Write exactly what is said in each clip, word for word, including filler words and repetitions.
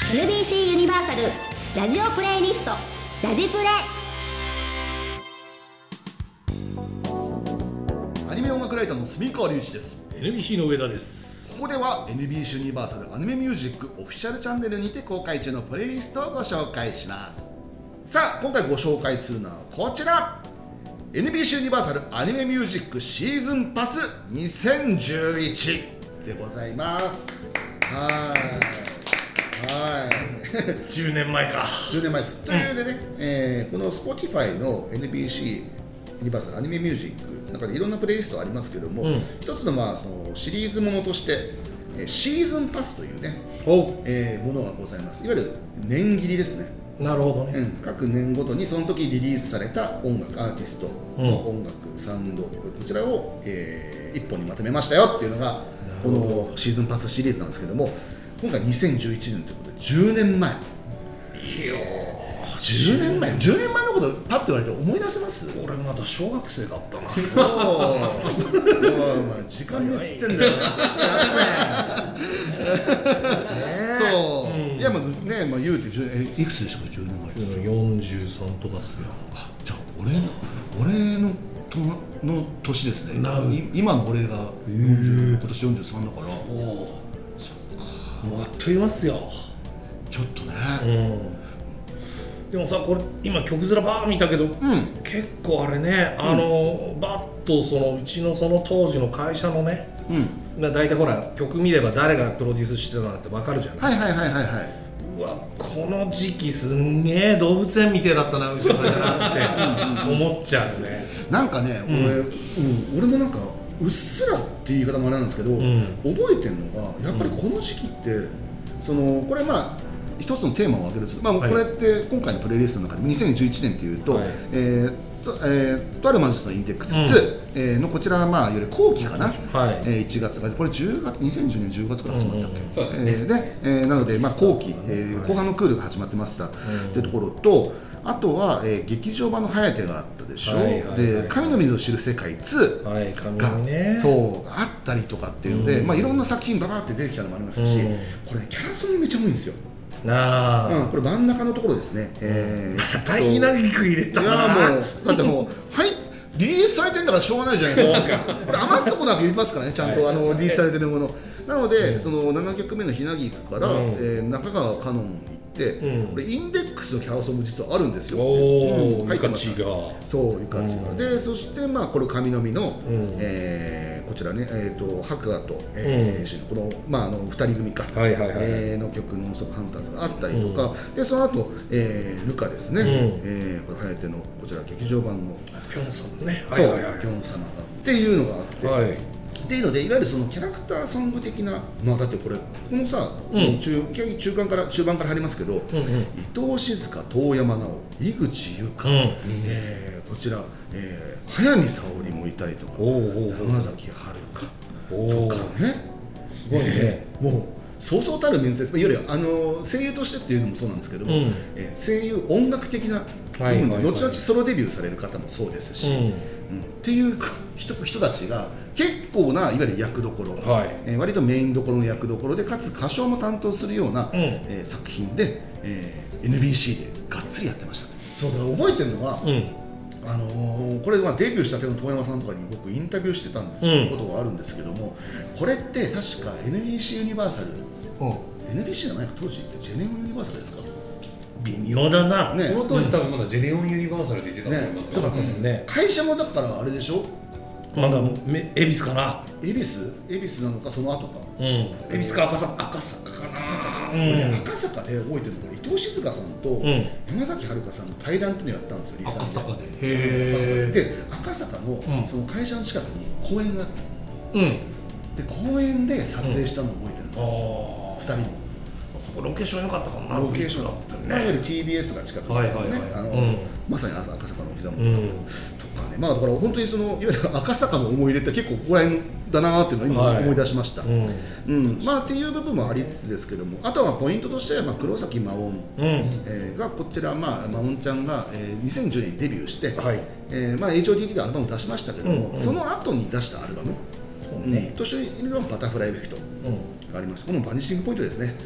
エヌビーシー ユニバーサルラジオプレイリストラジプレ。 アニメ音楽ライターの住川隆一です。 エヌビーシー の上田です。 ここでは エヌビーシー ユニバーサルアニメミュージックオフィシャルチャンネルにて公開中のプレイリストをご紹介します。さあ今回ご紹介するのはこちら、 エヌビーシー ユニバーサルアニメミュージックシーズンパスにせんじゅういちでございます。はいはいじゅうねんまえか。 じゅうねんまえです。というのでね、えーこの Spotify の エヌビーシー ユニバーサルアニメミュージックの中でいろんなプレイリストありますけども、うん、一つのまあそのシリーズものとしてシーズンパスというね、えー、ものがございます。いわゆる年切りですね。 なるほどね、 うん、各年ごとにその時リリースされた音楽アーティストの音楽、うん、サウンド、こちらを、えー、一本にまとめましたよっていうのがこのシーズンパスシリーズなんですけども、今回にせんじゅういちねんということでじゅうねんまえ。いやじゅうねんまえじゅうねんまえのことパッと言われて思い出せます？ 俺まだ小学生だったな。 おお時間ねつってんだよ。すいません。そう、うん、いやまあね、まあ、言うてえいくつでしたか？じゅうねんまえよんじゅうさんとかっすよ。 あ、じゃあ俺俺のとの年ですね。今の俺がよんじゅう今年よんじゅうさんだから。そうもうあっという間っすよ。 ちょっとね、 うん、でもさこれ今曲面バー見たけど、うん、結構あれね、あの、うん、バッとそのうちのその当時の会社のね、うん、大体ほら曲見れば誰がプロデュースしてたのって分かるじゃない。 はいはいはいはいはい。 うわこの時期すんげえ動物園みてえだったなうちの会社なって思っちゃうね。 なんかね、うん、俺、うん、俺もなんかうっすらっていう言い方もあれなんですけど、うん、覚えてるのがやっぱりこの時期って、うん、そのこれまあ一つのテーマを挙げると、まあ、これって今回のプレイリストの中でにせんじゅういちねんというと、はい、えーとえー、とある魔術のインデックスツー、うんえー、のこちらはまあいわゆる後期かな、はいえー、いちがつがこれじゅうがつにせんじゅうねんじゅうがつから始まったっけ、うんうんねえー、で、えー、なのでまあ後期、えー、後半のクールが始まってました、はい、というところと、あとは、えー、劇場版のハヤテがあったでしょ、はいはいはい、で神の水を知る世界ツーが、はいね、そうあったりとかっていうので、うんまあ、いろんな作品ババって出てきたのもありますし、うん、これ、ね、キャラソンめちゃ多いんですよ。あうん、これ真ん中のところですね、えー、またひなぎく入れたな。 いやもうだってもうはいリリースされてるんだからしょうがないじゃないですか。これ余すとこなく入れますからね、ちゃんとあのリリースされてるものなので、うん、そのななきょくめのひなぎくから、うんえー、中川カノン行って、うん、これインデックスのキャラソンも実はあるんですよ。 おお、ゆかちがそうゆかちがで、そしてまあこれ神の実の、うんえー、こちらね、えー、と白亜と、えーうん、このまああのふたり組か、はいはいはいえー、の曲のストップハンターズがあったりとか、うん、でその後、えー、ルカですね、うんえー、これはやてのこちら劇場版のピョン様ね、 そう、はいはいはい、ピョン様がっていうのがあって、はい、っていうのでいわゆるそのキャラクターソング的な、まあだってこれこのさ、うん、中, 中間から中盤から入りますけど、うんうん、伊藤静香、遠山奈緒、井口優香、うんえー、こちら、えー、速水沙織もいたりとか、山崎遥とかね、すごいね、えー、もうそうそうたる面接、いわゆるあの声優としてっていうのもそうなんですけども、うんえー、声優音楽的な部分で後々ソロデビューされる方もそうですし、うんうん、っていう人, 人たちが結構ないわゆる役どころ、はいえー、割とメインどころの役どころでかつ歌唱も担当するような、うんえー、作品で、えー、エヌビーシー でがっつりやってました。そうだから覚えてるのは、うんあのー、これはデビューしたての遠山さんとかに僕インタビューしてたんです、うん、ことがあるんですけども、これって確か エヌビーシー ユニバーサル、うん、エヌビーシー じゃないか当時ってジェネオンユニバーサルですか？ 微妙だな、 ね、この当時多分まだジェネオンユニバーサルで言ってたと思いますよ、ね、だからね、会社もだからあれでしょ、 まだ恵比寿かな、 恵比寿恵比寿なのかその後か、 うん、恵比寿か赤坂赤坂かな、 赤坂で、うん、赤坂で覚えてるのこれ伊藤静香さんと山崎遥さんの対談っていうのをやったんですよ、リサ赤坂で。 へで赤坂のその会社の近くに公園があって、うん、で公園で撮影したのを覚えてるんですよ、うん、ふたりも。 そこロケーション良かったかもな。 ロケーションだったね。いわゆる ティービーエス が近くにあるね、あの、うん、まさに赤坂のお膝元、うん、とかね、まあだから本当にそのいわゆる赤坂の思い出って結構ここら辺だなっていうのを今思い出しました。はいうんうん、まあっていう部分もありつつですけども、あとはポイントとしてはまあ黒崎真音、うんえー、がこちらまあ真音ちゃんが、えー、にせんじゅうねんにデビューして、はいえー、まあ エイチオーティーティー でアルバムを出しましたけども、うんうん、その後に出したアルバム、うんね、としているのはバタフライエフェクトがあります。このバニシングポイントですね。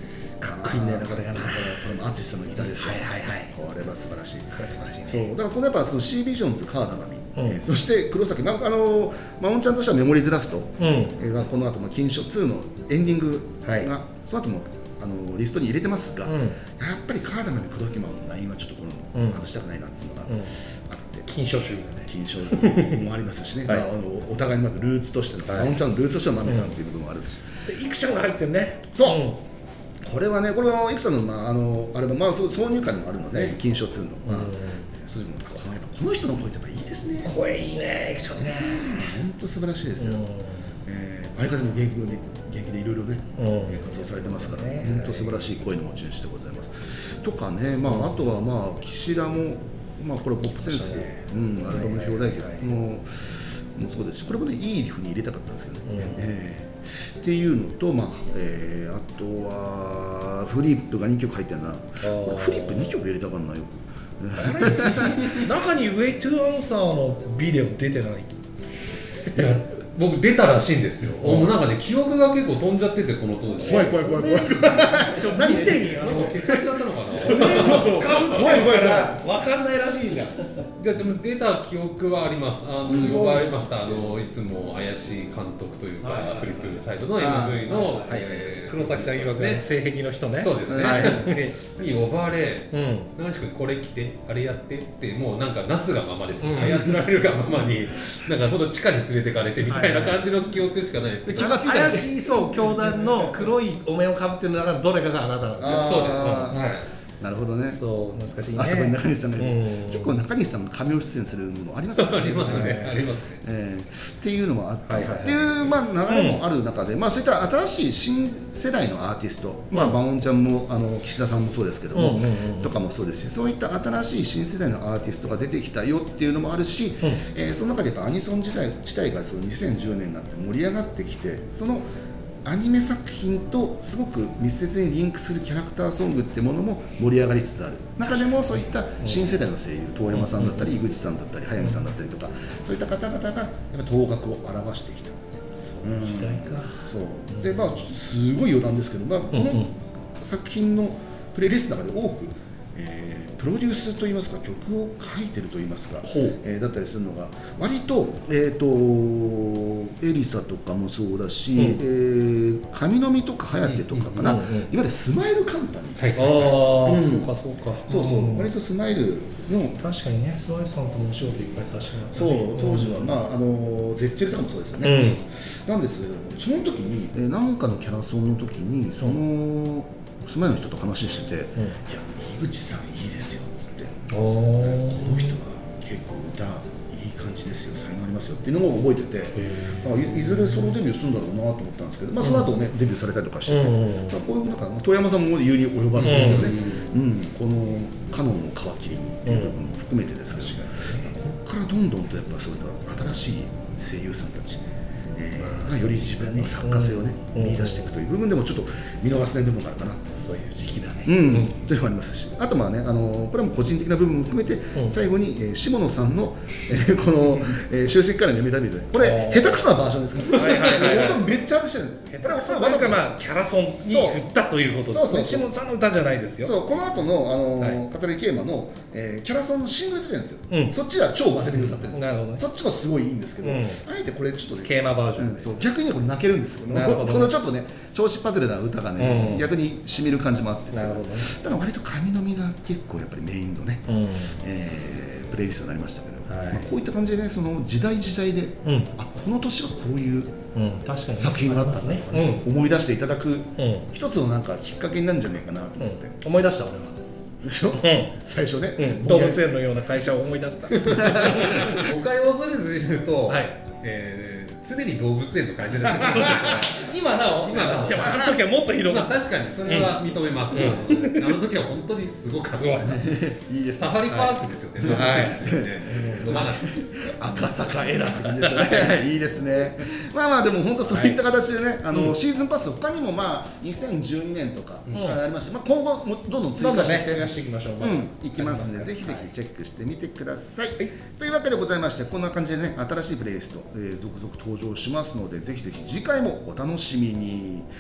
かっこいいねこれがな。 これも淳さんのギターですよ。 はいはいはい。 これは素晴らしい。 これ素晴らしいね。 そうだからこのやっぱその C ビジョンズ川田波、 うんえーそして黒崎、まああのマオンちゃんとしてはメモリーズラストうんがこの後まあ金賞ツーのエンディングが、 はいその後もあのリストに入れてますが、 うんやっぱり川田波黒崎マンのラインはちょっとこの、 うん外したくないなっていうのがあって、 金賞集がね。 金賞もありますしね、 はいまあ、あのお互いにまずルーツとしての、 はいマオンちゃんのルーツとしてのマミさんっていう部分もあるし、 でイクちゃんが入ってるね。 そううんこれはね、これはエクさんの、まあ、あのあれはまあそう挿入歌でもあるので、金賞ツーの、まあそれでもこのやっぱこの人の声ってやっぱいいですね。 声いいねイクちゃんね。 本当素晴らしいですよ。 うんえー、相方も現役のね現役でいろいろね、 うん活動されてますから、 ね本当素晴らしい声の持ち主でございます。とかね、まああとはまあ岸田もまあこれポップセンス、うんアルバム表題曲ももそうですし、これもねいいリフに入れたかったんですけどね。 うんえーっていうのと、まあえー、あとはフリップがにきょく入ってるな。 ーフリップにきょく入れたかなよく。 中に Way to Answer のビデオ出てない。 いや僕出たらしいんですよ。もうなんかね記憶が結構飛んじゃっててこの当時。 怖い怖い怖い怖い。何見てみあのなんか消されちゃったのかな。 そうそう。 カウント怖い怖い怖い。 わかんないらしいんだ。 いやでも出た記憶はあります。あの、 うん呼ばれました。あのいつも怪しい監督というか、 はいはいはいフリップサイトの エムブイ の、 はいはいえー黒崎さん曰くね性癖の人ね。 そうですね。 はいに呼ばれ、 うん。 長橋君これ着てあれやってってもうなんかなすがままですよ。 うん操られるがままになんかほんと地下に連れてかれてみたいな感じの記憶しかないですけど。 気がついたら怪しいそう教団の黒いお面をかぶってる中のどれかがあなたなんですよ。 あーそうです。はい。 なるほどね。 そう懐かしいね。 あそこに中西さんがいる、 うん結構中西さんがカメオ出演するものありますよね。 ありますね。ありますね。 えーっていうのもあって、 はいはいはいっていう、まあ、流れもある中で、まあ、そういった新しい新世代のアーティスト、まあ、バオンちゃんもあの岸田さんもそうですけども、 うんうんうんとかもそうですし、そういった新しい新世代のアーティストが出てきたよっていうのもあるし、えーその中でやっぱアニソン自体自体がそのにせんじゅうねんになって盛り上がってきて、そのアニメ作品とすごく密接にリンクするキャラクターソングってものも盛り上がりつつある中でも、そういった新世代の声優、遠山さんだったり井口さんだったり早見さんだったりとか、そういった方々がやっぱ頭角を現してきた。うん時代か。 そうでまあすごい余談ですけど、まあ、この作品のプレイリストの中で多く、えープロデュースといいますか曲を書いてるといいますか、 ほうえーだったりするのが割と、えー、とエリサとかもそうだし、 うんえー神の実とか颯とかかな、 うんうんうんいわゆるスマイルカンパニー、 はい。 ああ、 うんそうかそうか。 そうそう、 ん割とスマイルの確かにね、スマイルさんともお仕事いっぱいさせてもらって、 そう当時は、まああのゼッチェルとかもそうですよね、なんですけどもその時に、えーなんかのキャラソンの時にその、スマイルの人と話してて、いや井口さんいいですよっつって、 うん、 こおの人は結構歌いい感じですよ、才能ありますよっていうのを覚えてて、まあ、いいずれソロデビューするんだろうなと思ったんですけど、まあ、その後ね、デビューされたりとかしてて、 うんうんうんまあこういうなんか遠山さんも言うに及ばずですけどね、うんこのカノンの皮切りにっていう部分も含めてですけど、ここからどんどんとやっぱそういった新しい声優さんたち、えーがより自分の作家性をね、 うん見出していくという部分でもちょっと見逃せない部分があるかな。 そういう時期だね。 うん、というのもありますし、あとまあね、あのこれはもう個人的な部分も含めて、 うん最後に、えー、下野さんの、えーこの、えー、終席からの読み旅で、これあー下手くそなバージョンですから、 はいはいはいはい本当めっちゃ外してるんです。これはそうわざとわずかまあキャラソンに振ったということですね。 そうそうそう下野さんの歌じゃないですよ。 そうこの後のあのーはい桂木啓馬の、えーキャラソンのシングル出てるんですよ。 うんそっちは超真面目に歌ってるんですよ。 なるほどねそっちもすごいいいんですけど、 うんあえてこれちょっとね。 ケーマバージョン。 うんそう逆にこれ泣けるんですよ。 なるほどねこのちょっとね調子パズルな歌がね、 うん逆にしみる感じもあって、 なるほどねだから割と神の実が結構やっぱりメインのね、 うん。 えープレイリストになりましたけど、 はいまあこういった感じでねその時代時代で、 うんあこの年はこういううん、確かに作品があったんだねとかね、思い出していただく、 うん一つのなんかきっかけになるんじゃないかなとうん、 思って、 うん、思い出した俺は。 でしょう最初ね、 ん、うん、動物園のような会社を思い出した。 誤解を恐れず言うと、 はいえー常に動物園の会社ですよ。 今なお今なおでもあの時はもっとひどかまあった。 確かにそれは認めます。 うあの時は本当にすごかったすごいです。 いいですねサファリパークですよね。動物園ですよね。野放しです。 赤坂エラって感じですよねいいですねまあまあでも本当そういった形でね、あのシーズンパス他にもまあにせんじゅうにねんとかありまして、まあ、今後もどんどん追どんどん加していって、 ね増やしていきましょう。 うん、いきますので、ぜひぜひチェックしてみてください。というわけでございまして、こんな感じでね、新しいプレイリスト、えー続々登場しますので、ぜひぜひ次回もお楽しみに。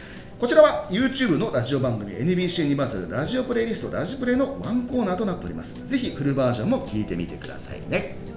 こちらは YouTube のラジオ番組 エヌビーシー ユニバーサルラジオプレイリストラジプレのワンコーナーとなっております。ぜひフルバージョンも聞いてみてくださいね。